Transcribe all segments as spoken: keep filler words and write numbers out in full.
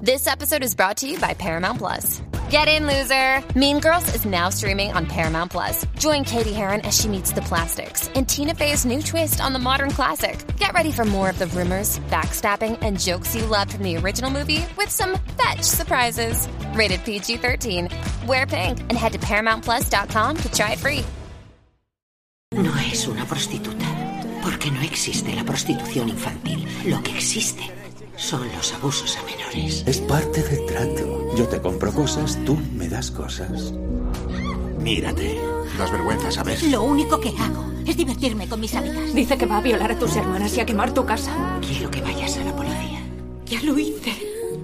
This episode is brought to you by Paramount Plus. Get in, loser! Mean Girls is now streaming on Paramount Plus. Join Katie Heron as she meets the plastics in Tina Fey's new twist on the modern classic. Get ready for more of the rumors, backstabbing, and jokes you loved from the original movie with some fetch surprises. Rated P G thirteen. Wear pink and head to paramount plus dot com to try it free. No es una prostituta, porque no existe la prostitución infantil. Lo que existe son los abusos a menores. Es parte del trato. Yo te compro cosas, tú me das cosas. Mírate. Das vergüenza, ¿sabes? Lo único que hago es divertirme con mis amigas. Dice que va a violar a tus hermanas y a quemar tu casa. Quiero que vayas a la policía. Ya lo hice.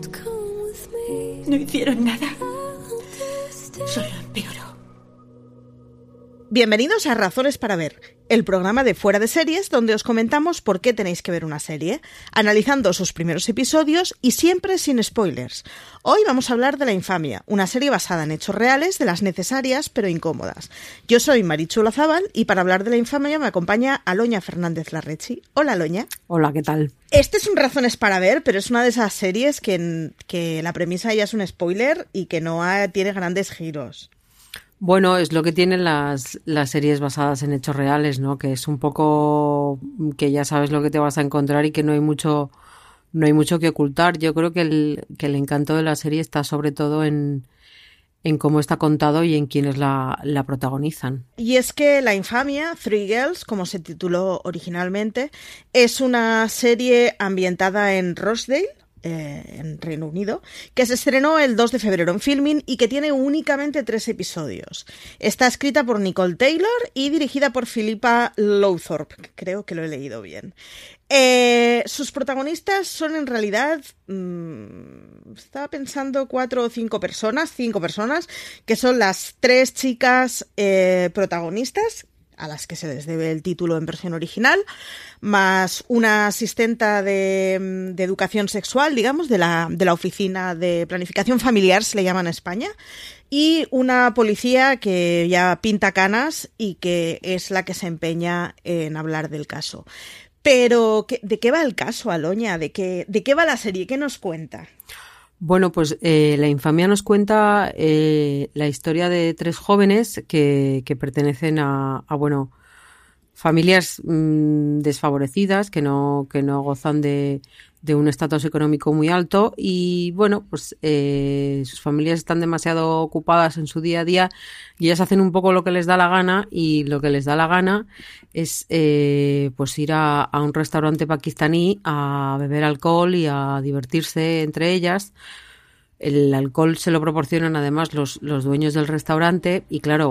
No hicieron nada. Solo empeoró. Bienvenidos a Razones para Ver, el programa de Fuera de Series donde os comentamos por qué tenéis que ver una serie, analizando sus primeros episodios y siempre sin spoilers. Hoy vamos a hablar de La Infamia, una serie basada en hechos reales, de las necesarias pero incómodas. Yo soy Marichu Olazábal y para hablar de La Infamia me acompaña Aloña Fernández Larrechi. Hola, Aloña. Hola, ¿qué tal? Este es un Razones para Ver, pero es una de esas series que, que la premisa ya es un spoiler y que no ha, tiene grandes giros. Bueno, es lo que tienen las, las series basadas en hechos reales, ¿no? Que es un poco que ya sabes lo que te vas a encontrar y que no hay mucho, no hay mucho que ocultar. Yo creo que el, que el encanto de la serie está sobre todo en, en cómo está contado y en quienes la, la protagonizan. Y es que La Infamia, Three Girls, como se tituló originalmente, es una serie ambientada en Rochdale, Eh, en Reino Unido, que se estrenó el dos de febrero en Filmin y que tiene únicamente tres episodios. Está escrita por Nicole Taylor y dirigida por Philippa Lowthorpe, creo que lo he leído bien. Eh, sus protagonistas son en realidad, mmm, estaba pensando cuatro o cinco personas, cinco personas, que son las tres chicas eh, protagonistas, a las que se les debe el título en versión original, más una asistenta de, de educación sexual, digamos, de la, de la oficina de planificación familiar, se le llama en España, y una policía que ya pinta canas y que es la que se empeña en hablar del caso. Pero, ¿de qué va el caso, Aloña? ¿De qué, de qué va la serie? ¿Qué nos cuenta? Bueno, pues eh, La Infamia nos cuenta eh, la historia de tres jóvenes que, que pertenecen a, a bueno, familias mmm, desfavorecidas, que no, que no gozan de, de un estatus económico muy alto y, bueno, pues eh, sus familias están demasiado ocupadas en su día a día y ellas hacen un poco lo que les da la gana y lo que les da la gana es eh, pues ir a, a un restaurante pakistaní a beber alcohol y a divertirse entre ellas. El alcohol se lo proporcionan además los, los dueños del restaurante y, claro,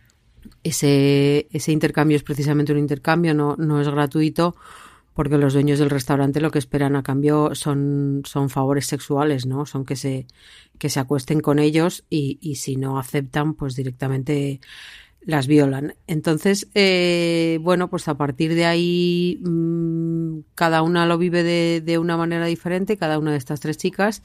ese, ese intercambio es precisamente un intercambio, no, no es gratuito, porque los dueños del restaurante lo que esperan a cambio son, son favores sexuales, ¿no? Son que se, que se acuesten con ellos y, y si no aceptan, pues directamente las violan. Entonces, eh, bueno, pues a partir de ahí mmm, cada una lo vive de, de una manera diferente, cada una de estas tres chicas,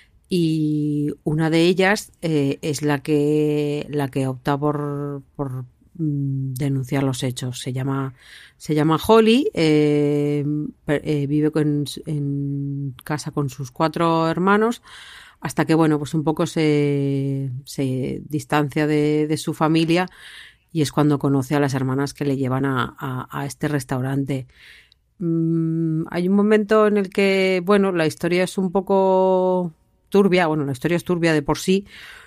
y una de ellas eh, es la que, la que opta por, por denunciar los hechos. Se llama se llama Holly, eh, eh, vive con, en casa con sus cuatro hermanos hasta que, bueno, pues un poco se, se distancia de, de su familia y es cuando conoce a las hermanas que le llevan a, a, a este restaurante. Mm, hay un momento en el que, bueno, la historia es un poco turbia, bueno, la historia es turbia de por sí,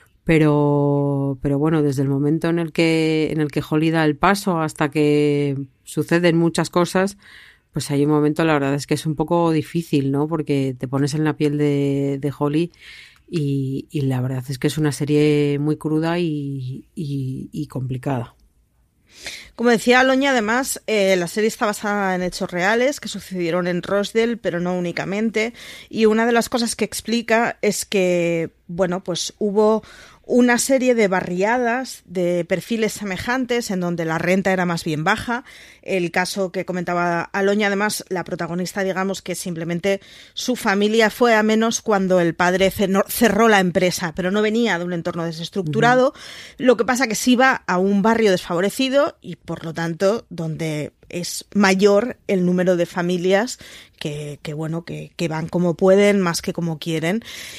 Pero, pero bueno, desde el momento en el que en el que Holly da el paso hasta que suceden muchas cosas, pues hay un momento, la verdad es que es un poco difícil, ¿no? Porque te pones en la piel de, de Holly y, y la verdad es que es una serie muy cruda y, y, y complicada. Como decía Aloña, además, eh, la serie está basada en hechos reales que sucedieron en Rochdale, pero no únicamente. Y una de las cosas que explica es que, bueno, pues hubo una serie de barriadas de perfiles semejantes en donde la renta era más bien baja. El caso que comentaba Aloña, además, la protagonista, digamos que simplemente su familia fue a menos cuando el padre cerró la empresa, pero no venía de un entorno desestructurado. Uh-huh. Lo que pasa que sí iba a un barrio desfavorecido y, por lo tanto, donde es mayor el número de familias que, que bueno, que, que van como pueden más que como quieren.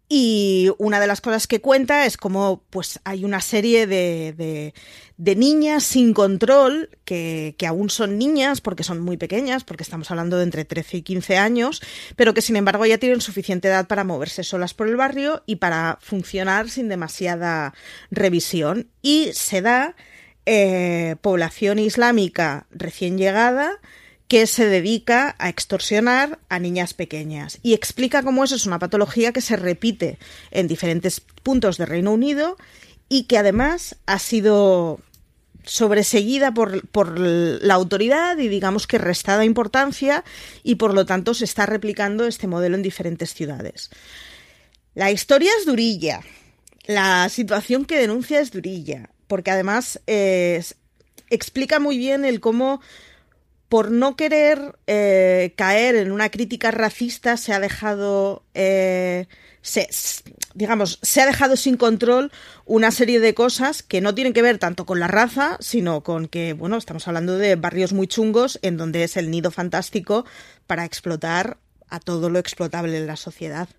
Y una de las cosas que cuenta es cómo pues, hay una serie de, de, de niñas sin control, que, que aún son niñas porque son muy pequeñas, porque estamos hablando de entre trece y quince años, pero que sin embargo ya tienen suficiente edad para moverse solas por el barrio y para funcionar sin demasiada revisión. Y se da eh, población islámica recién llegada que se dedica a extorsionar a niñas pequeñas y explica cómo eso es una patología que se repite en diferentes puntos de Reino Unido y que además ha sido sobreseguida por, por la autoridad y digamos que restada importancia y por lo tanto se está replicando este modelo en diferentes ciudades. La historia es durilla, la situación que denuncia es durilla, porque además eh, explica muy bien el cómo por no querer eh, caer en una crítica racista se ha dejado, eh, se, digamos, se ha dejado sin control una serie de cosas que no tienen que ver tanto con la raza, sino con que, bueno, estamos hablando de barrios muy chungos en donde es el nido fantástico para explotar a todo lo explotable en la sociedad.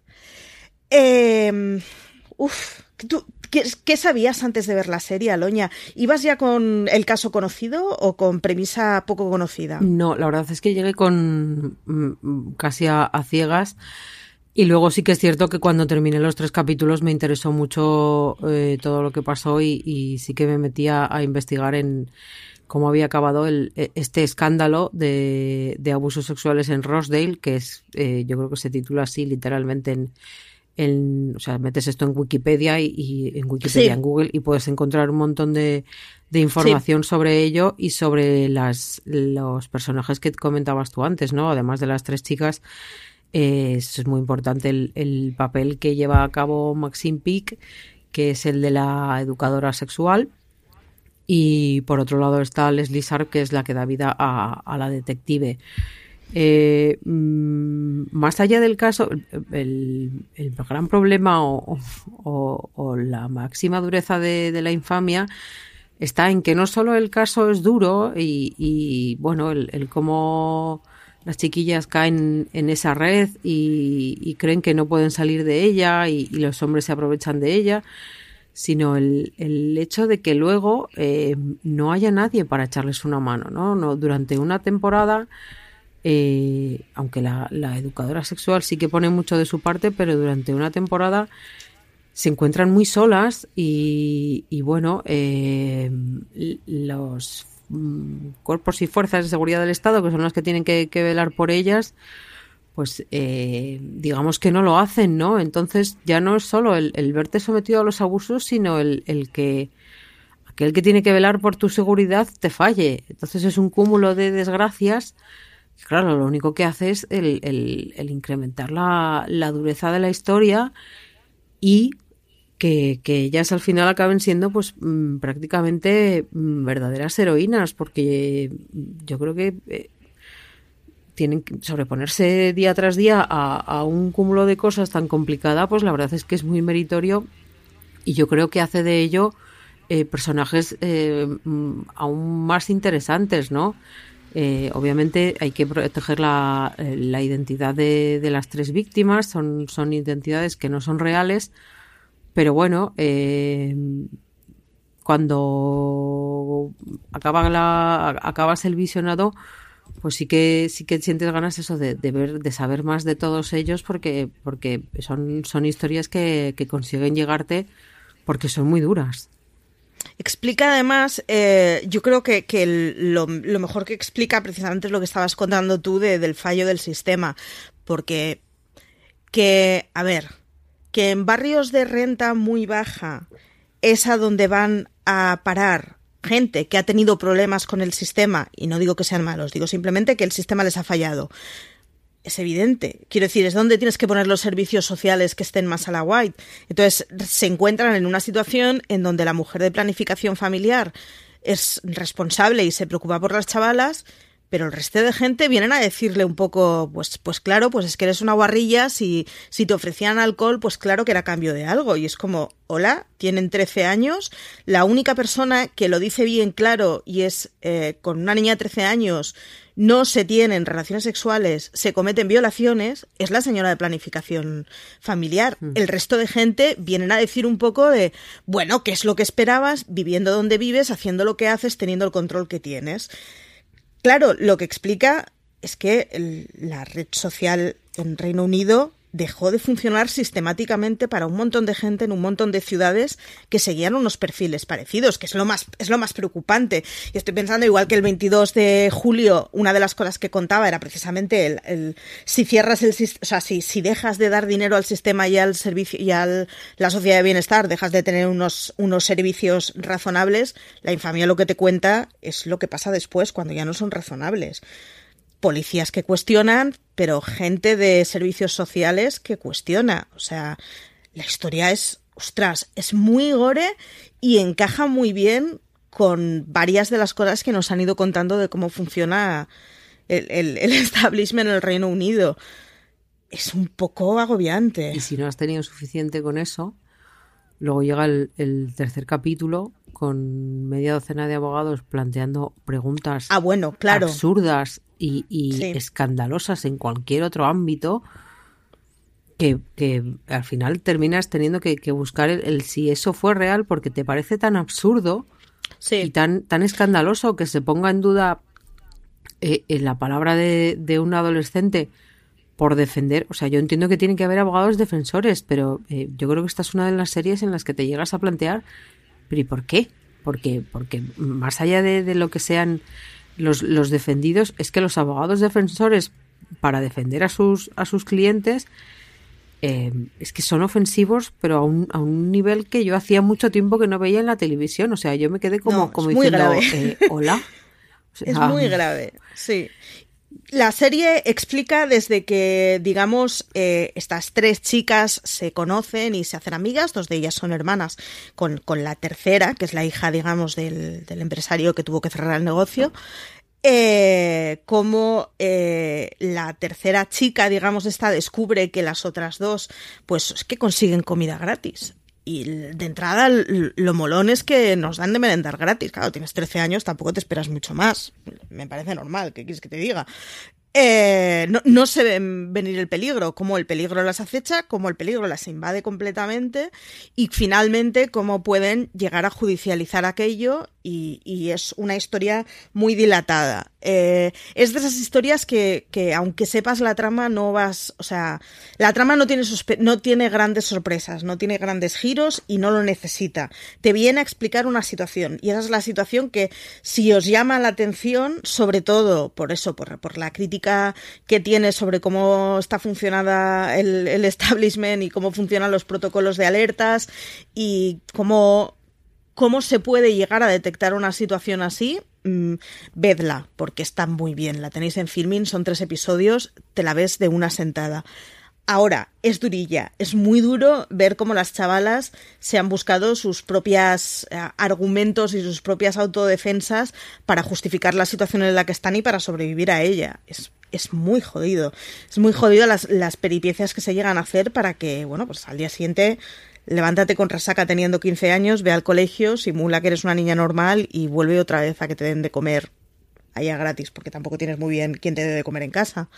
Eh, uf, ¿tú, qué, ¿Qué sabías antes de ver la serie, Aloña? ¿Ibas ya con el caso conocido o con premisa poco conocida? No, la verdad es que llegué con mm, casi a, a ciegas y luego sí que es cierto que cuando terminé los tres capítulos me interesó mucho eh, todo lo que pasó y, y sí que me metí a, a investigar en cómo había acabado el, este escándalo de, de abusos sexuales en Rosedale, que es, eh, yo creo que se titula así literalmente en En, o sea, metes esto en Wikipedia y, y en Wikipedia, sí. En Google, y puedes encontrar un montón de, de información sí. sobre ello y sobre las los personajes que comentabas tú antes, ¿no? Además de las tres chicas, eh, es muy importante el, el papel que lleva a cabo Maxine Peake, que es el de la educadora sexual, y por otro lado está Leslie Sharp, que es la que da vida a, a la detective. Eh, más allá del caso, el, el gran problema o, o, o la máxima dureza de, de la infamia está en que no solo el caso es duro y, y bueno, el, el cómo las chiquillas caen en esa red y, y creen que no pueden salir de ella y, y los hombres se aprovechan de ella, sino el, el hecho de que luego eh, no haya nadie para echarles una mano, ¿no? No, durante una temporada Eh, aunque la, la educadora sexual sí que pone mucho de su parte, pero durante una temporada se encuentran muy solas y, y bueno, eh, los mm, cuerpos y fuerzas de seguridad del Estado, que son las que tienen que, que velar por ellas, pues eh, digamos que no lo hacen, ¿no? Entonces ya no es solo el, el verte sometido a los abusos, sino el, el que aquel que tiene que velar por tu seguridad te falle. Entonces es un cúmulo de desgracias. Claro, lo único que hace es el, el, el incrementar la, la dureza de la historia y que, que ellas al final acaben siendo pues mmm, prácticamente mmm, verdaderas heroínas, porque yo creo que eh, tienen que sobreponerse día tras día a, a un cúmulo de cosas tan complicada, pues la verdad es que es muy meritorio y yo creo que hace de ello eh, personajes eh, aún más interesantes, ¿no? Eh, obviamente hay que proteger la, la identidad de, de las tres víctimas, son, son identidades que no son reales, pero bueno, eh, cuando acaba la, acabas el visionado, pues sí que sí que sientes ganas eso de, de ver, de saber más de todos ellos, porque, porque son, son historias que, que consiguen llegarte porque son muy duras. Explica además, eh, yo creo que, que el, lo, lo mejor que explica precisamente es lo que estabas contando tú de, del fallo del sistema, porque que, a ver, que en barrios de renta muy baja es a donde van a parar gente que ha tenido problemas con el sistema, y no digo que sean malos, digo simplemente que el sistema les ha fallado. Es evidente. Quiero decir, es donde tienes que poner los servicios sociales que estén más a la white. Entonces, se encuentran en una situación en donde la mujer de planificación familiar es responsable y se preocupa por las chavalas, pero el resto de gente vienen a decirle un poco, pues, pues claro, pues es que eres una guarrilla, si, si te ofrecían alcohol, pues claro que era a cambio de algo. Y es como, hola, tienen trece años, la única persona que lo dice bien claro y es eh, con una niña de trece años no se tienen relaciones sexuales, se cometen violaciones, es la señora de planificación familiar. Mm. El resto de gente vienen a decir un poco de, bueno, ¿qué es lo que esperabas viviendo donde vives, haciendo lo que haces, teniendo el control que tienes? Claro, lo que explica es que el, la red social en Reino Unido dejó de funcionar sistemáticamente para un montón de gente en un montón de ciudades que seguían unos perfiles parecidos, que es lo más, es lo más preocupante. Y estoy pensando, igual que el veintidós de julio, una de las cosas que contaba era precisamente el, el si cierras el o sea, si, si dejas de dar dinero al sistema y al servicio y a la sociedad de bienestar, dejas de tener unos, unos servicios razonables, la infamia lo que te cuenta es lo que pasa después cuando ya no son razonables. Policías que cuestionan, pero gente de servicios sociales que cuestiona. O sea, la historia es, ostras, es muy gore y encaja muy bien con varias de las cosas que nos han ido contando de cómo funciona el, el, el establishment en el Reino Unido. Es un poco agobiante. Y si no has tenido suficiente con eso, luego llega el, el tercer capítulo con media docena de abogados planteando preguntas ah, bueno, claro. absurdas y, y sí. escandalosas en cualquier otro ámbito, que, que al final terminas teniendo que, que buscar el, el si eso fue real, porque te parece tan absurdo sí. y tan, tan escandaloso que se ponga en duda eh, en la palabra de, de un adolescente por defender. O sea, yo entiendo que tiene que haber abogados defensores, pero eh, yo creo que esta es una de las series en las que te llegas a plantear, ¿pero y por qué? Porque, porque más allá de, de lo que sean los, los defendidos, es que los abogados defensores, para defender a sus, a sus clientes, eh, es que son ofensivos, pero a un, a un nivel que yo hacía mucho tiempo que no veía en la televisión. O sea, yo me quedé como, no, como muy diciendo, grave. Eh, hola. O sea, es muy grave, sí. La serie explica desde que, digamos, eh, estas tres chicas se conocen y se hacen amigas, dos de ellas son hermanas, con, con la tercera, que es la hija, digamos, del, del empresario que tuvo que cerrar el negocio, eh, como eh, la tercera chica, digamos, esta descubre que las otras dos, pues es que consiguen comida gratis. Y de entrada lo molón es que nos dan de merendar gratis. Claro, tienes trece años, tampoco te esperas mucho más. Me parece normal, ¿qué quieres que te diga? Eh, no, no se ven venir el peligro, como el peligro las acecha, como el peligro las invade completamente y finalmente cómo pueden llegar a judicializar aquello y, y es una historia muy dilatada. Eh, es de esas historias que, que aunque sepas la trama no vas, o sea, la trama no tiene, sospe- no tiene grandes sorpresas, no tiene grandes giros y no lo necesita. Te viene a explicar una situación y esa es la situación que si os llama la atención, sobre todo por eso, por, por la crítica que tiene sobre cómo está funcionada el, el establishment y cómo funcionan los protocolos de alertas y cómo, cómo se puede llegar a detectar una situación así, mmm, vedla, porque está muy bien. La tenéis en Filmin, son tres episodios, te la ves de una sentada. Ahora, es durilla, es muy duro ver cómo las chavalas se han buscado sus propios eh, argumentos y sus propias autodefensas para justificar la situación en la que están y para sobrevivir a ella. Es, es muy jodido. Es muy jodido las, las peripecias que se llegan a hacer para que, bueno, pues al día siguiente levántate con resaca teniendo quince años, ve al colegio, simula que eres una niña normal y vuelve otra vez a que te den de comer allá gratis, porque tampoco tienes muy bien quién te dé de comer en casa.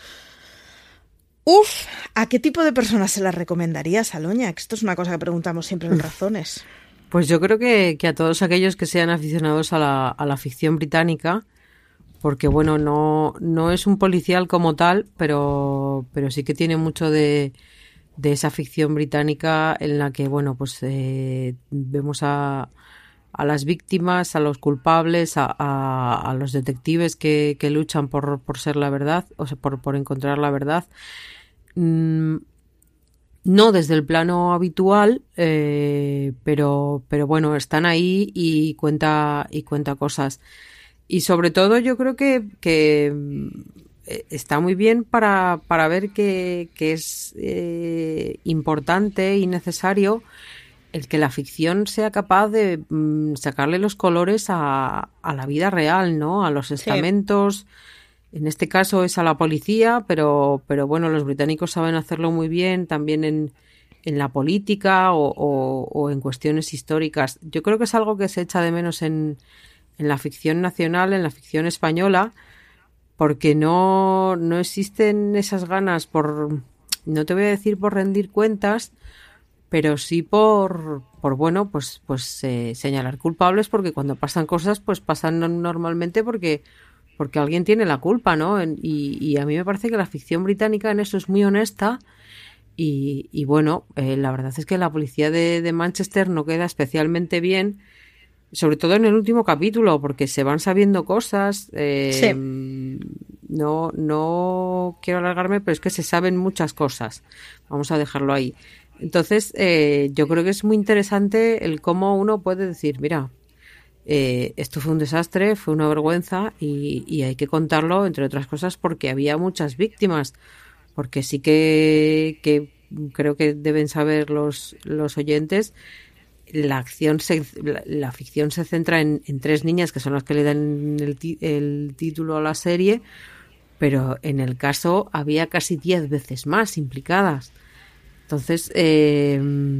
Uf, ¿a qué tipo de personas se las recomendarías, Aloña? Que esto es una cosa que preguntamos siempre en Razones. Pues yo creo que, que a todos aquellos que sean aficionados a la, a la ficción británica, porque bueno, no, no es un policial como tal, pero, pero sí que tiene mucho de, de esa ficción británica en la que, bueno, pues eh, vemos a, a las víctimas, a los culpables, a, a, a los detectives que, que luchan por, por ser la verdad, o sea, por, por encontrar la verdad. Mm, no desde el plano habitual, eh, pero, pero bueno, están ahí y cuenta, y cuenta cosas. Y sobre todo yo creo que, que está muy bien para, para ver que, que es eh, importante y necesario el que la ficción sea capaz de mm, sacarle los colores a, a la vida real, ¿no? A los estamentos, en este caso es a la policía, pero, pero bueno, los británicos saben hacerlo muy bien también en, en la política o, o, o en cuestiones históricas. Yo creo que es algo que se echa de menos en, en la ficción nacional, en la ficción española, porque no, no existen esas ganas por, no te voy a decir por rendir cuentas, pero sí por, por bueno, pues, pues eh, señalar culpables, porque cuando pasan cosas, pues pasan normalmente porque, porque alguien tiene la culpa, ¿no? Y, y a mí me parece que la ficción británica en eso es muy honesta y, y bueno, eh, la verdad es que la policía de, de Manchester no queda especialmente bien, sobre todo en el último capítulo, porque se van sabiendo cosas. Eh, sí. No, no quiero alargarme, pero es que se saben muchas cosas. Vamos a dejarlo ahí. Entonces, eh, yo creo que es muy interesante el cómo uno puede decir, mira, eh, esto fue un desastre, fue una vergüenza y, y hay que contarlo, entre otras cosas, porque había muchas víctimas. Porque sí que, que creo que deben saber los, los oyentes. La acción se, la, la ficción se centra en, en tres niñas que son las que le dan el, el título a la serie, pero en el caso había casi diez veces más implicadas. Entonces, eh,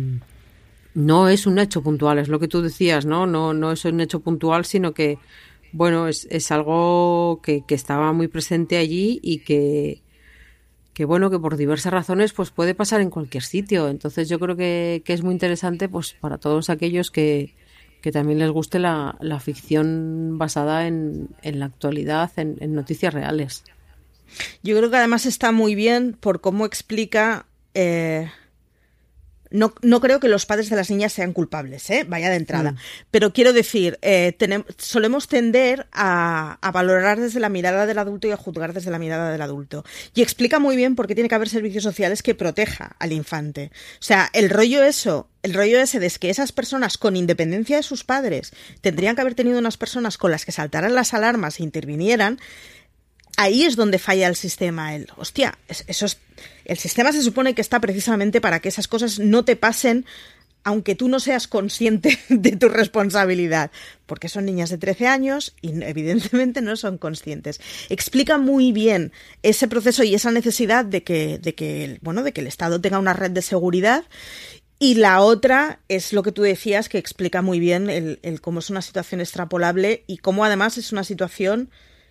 no es un hecho puntual, es lo que tú decías, ¿no? No, no es un hecho puntual, sino que, bueno, es, es algo que, que estaba muy presente allí y que que bueno, que por diversas razones pues puede pasar en cualquier sitio. Entonces yo creo que, que es muy interesante pues para todos aquellos que, que también les guste la, la ficción basada en, en la actualidad, en, en noticias reales. Yo creo que además está muy bien por cómo explica... Eh... No, no creo que los padres de las niñas sean culpables, ¿eh? Vaya de entrada. Mm. Pero quiero decir, eh, tenemos, solemos tender a, a valorar desde la mirada del adulto y a juzgar desde la mirada del adulto. Y explica muy bien por qué tiene que haber servicios sociales que proteja al infante. O sea, el rollo eso, el rollo ese de que esas personas, con independencia de sus padres, tendrían que haber tenido unas personas con las que saltaran las alarmas e intervinieran. Ahí es donde falla el sistema. El, hostia, eso es, el sistema se supone que está precisamente para que esas cosas no te pasen, aunque tú no seas consciente de tu responsabilidad, porque son niñas de trece años y evidentemente no son conscientes. Explica muy bien ese proceso y esa necesidad de que, de que, bueno, de que el Estado tenga una red de seguridad. Y la otra es lo que tú decías, que explica muy bien el, el cómo es una situación extrapolable y cómo además es una situación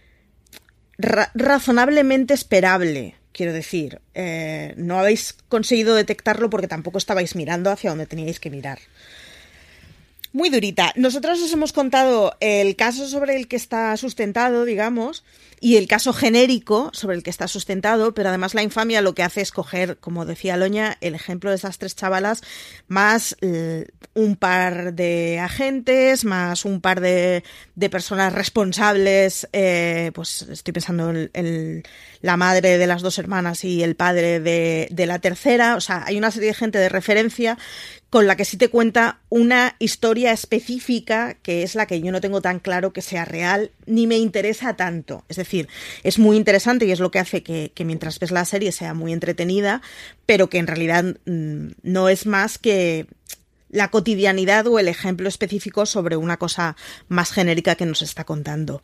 Ra- razonablemente esperable, quiero decir. Eh, no habéis conseguido detectarlo porque tampoco estabais mirando hacia donde teníais que mirar. Muy durita. Nosotros os hemos contado el caso sobre el que está sustentado, digamos, y el caso genérico sobre el que está sustentado, pero además la infamia lo que hace es coger, como decía Loña, el ejemplo de esas tres chavalas, más eh, un par de agentes, más un par de, de personas responsables, eh, pues estoy pensando en, en la madre de las dos hermanas y el padre de, de la tercera. O sea, hay una serie de gente de referencia con la que sí te cuenta una historia específica que es la que yo no tengo tan claro que sea real, ni me interesa tanto. Es decir, es muy interesante y es lo que hace que, que mientras ves la serie sea muy entretenida, pero que en realidad mmm, no es más que la cotidianidad o el ejemplo específico sobre una cosa más genérica que nos está contando.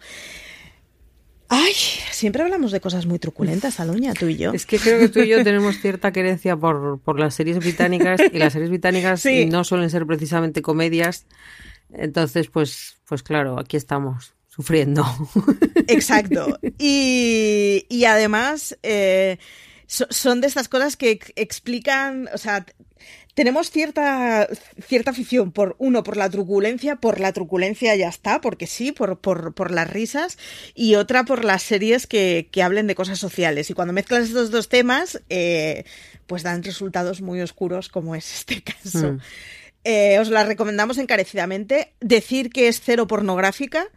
Ay, siempre hablamos de cosas muy truculentas, Aloña, tú y yo. Es que creo que tú y yo tenemos cierta querencia por, por las series británicas y las series británicas sí. no suelen ser precisamente comedias. Entonces, pues, pues claro, aquí estamos sufriendo. Exacto. Y, y además eh, so, son de estas cosas que explican, o sea, tenemos cierta cierta afición por uno por la truculencia, por la truculencia ya está, porque sí, por por por las risas, y otra por las series que, que hablen de cosas sociales. Y cuando mezclas estos dos temas, eh, pues dan resultados muy oscuros, como es este caso. Mm. Eh, os la recomendamos encarecidamente. Decir que es cero pornográfica.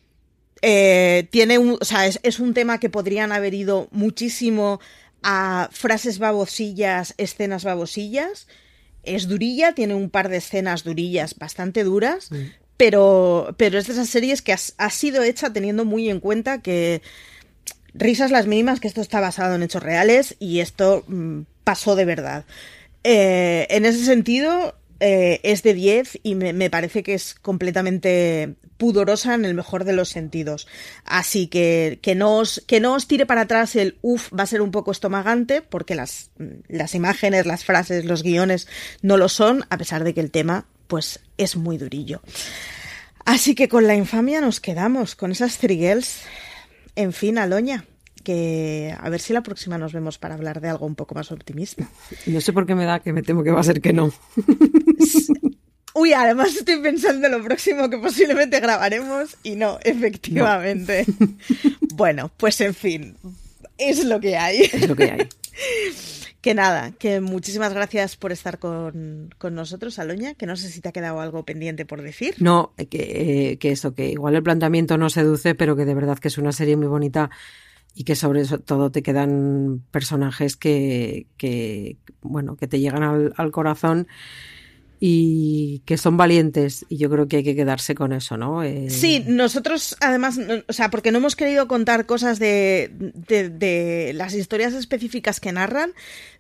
Eh, tiene un, o sea, es, es un tema que podrían haber ido muchísimo a frases babosillas, escenas babosillas. Es durilla, tiene un par de escenas durillas bastante duras, sí. pero, pero es de esas series que ha, ha sido hecha teniendo muy en cuenta que risas las mínimas, que esto está basado en hechos reales y esto mmm, pasó de verdad. Eh, en ese sentido, eh, es de diez y me, me parece que es completamente pudorosa en el mejor de los sentidos. Así que que no os, que no os tire para atrás el uff, va a ser un poco estomagante, porque las, las imágenes, las frases, los guiones no lo son, a pesar de que el tema pues es muy durillo. Así que con La infamia nos quedamos, con esas Three Girls. En fin, Aloña, que a ver si la próxima nos vemos para hablar de algo un poco más optimista. No sé por qué me da, que me temo que va a ser que no. Uy, además estoy pensando en lo próximo que posiblemente grabaremos y no, efectivamente. No. Bueno, pues en fin, es lo que hay. Es lo que hay. Que nada, que muchísimas gracias por estar con, con nosotros, Aloña, que no sé si te ha quedado algo pendiente por decir. No, que, que eso, que igual el planteamiento no seduce, pero que de verdad que es una serie muy bonita y que sobre todo te quedan personajes que, que bueno, que te llegan al, al corazón y que son valientes, y yo creo que hay que quedarse con eso, ¿no? Eh... Sí, nosotros además, no, o sea, porque no hemos querido contar cosas de, de, de las historias específicas que narran,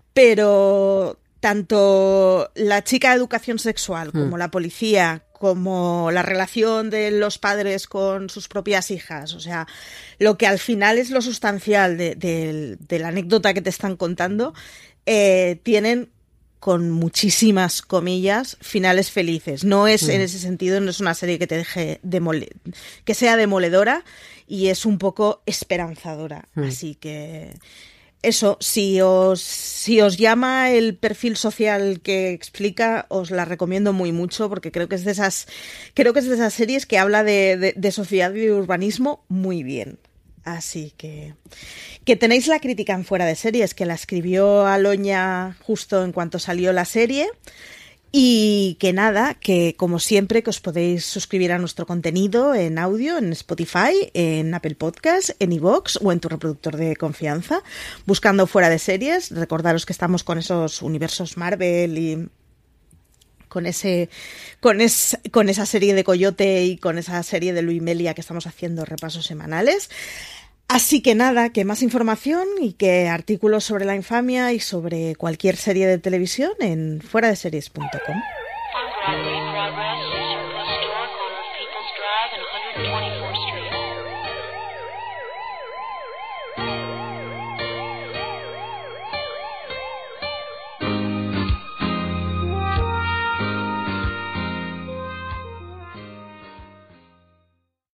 pero tanto la chica de educación sexual como mm. la policía, como la relación de los padres con sus propias hijas, o sea, lo que al final es lo sustancial de, de, de la anécdota que te están contando, eh, tienen, con muchísimas comillas, finales felices. No es, mm. en ese sentido, no es una serie que te deje demole- que sea demoledora, y es un poco esperanzadora. Mm. Así que eso, si os, si os llama el perfil social que explica, os la recomiendo muy mucho, porque creo que es de esas, creo que es de esas series que habla de, de, de sociedad y de urbanismo muy bien. Así que que tenéis la crítica en Fuera de Series, que la escribió Aloña justo en cuanto salió la serie. Y que nada, que como siempre que os podéis suscribir a nuestro contenido en audio, en Spotify, en Apple Podcasts, en iVoox o en tu reproductor de confianza, buscando Fuera de Series. Recordaros que estamos con esos universos Marvel y con ese con es, con esa serie de Coyote y con esa serie de Luis Melia que estamos haciendo repasos semanales. Así que nada, que más información y que artículos sobre La infamia y sobre cualquier serie de televisión en fuera de series punto com.